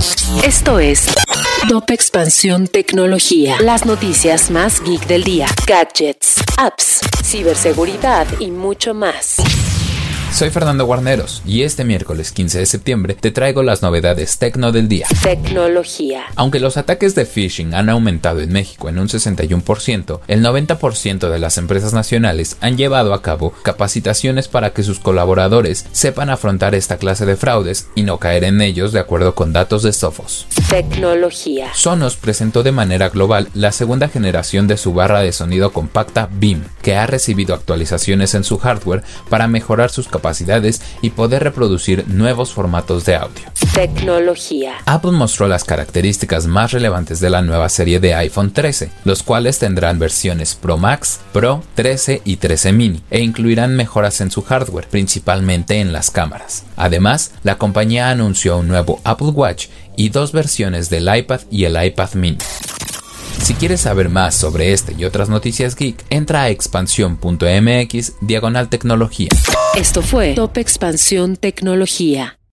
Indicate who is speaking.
Speaker 1: Esto es Top Expansión Tecnología. Las noticias más geek del día. Gadgets, apps, ciberseguridad y mucho más.
Speaker 2: Soy Fernando Guarneros y este miércoles 15 de septiembre te traigo las novedades tecno del día.
Speaker 1: Tecnología.
Speaker 2: Aunque los ataques de phishing han aumentado en México en un 61%, el 90% de las empresas nacionales han llevado a cabo capacitaciones para que sus colaboradores sepan afrontar esta clase de fraudes y no caer en ellos, de acuerdo con datos de Sophos.
Speaker 1: Tecnología.
Speaker 2: Sonos presentó de manera global la segunda generación de su barra de sonido compacta BEAM, que ha recibido actualizaciones en su hardware para mejorar sus capacidades y poder reproducir nuevos formatos de audio.
Speaker 1: Tecnología.
Speaker 2: Apple mostró las características más relevantes de la nueva serie de iPhone 13, los cuales tendrán versiones Pro Max, Pro, 13 y 13 mini, e incluirán mejoras en su hardware, principalmente en las cámaras. Además, la compañía anunció un nuevo Apple Watch y dos versiones del iPad y el iPad mini. Si quieres saber más sobre este y otras noticias geek, entra a expansión.mx/tecnología.
Speaker 1: Esto fue Top Expansión Tecnología.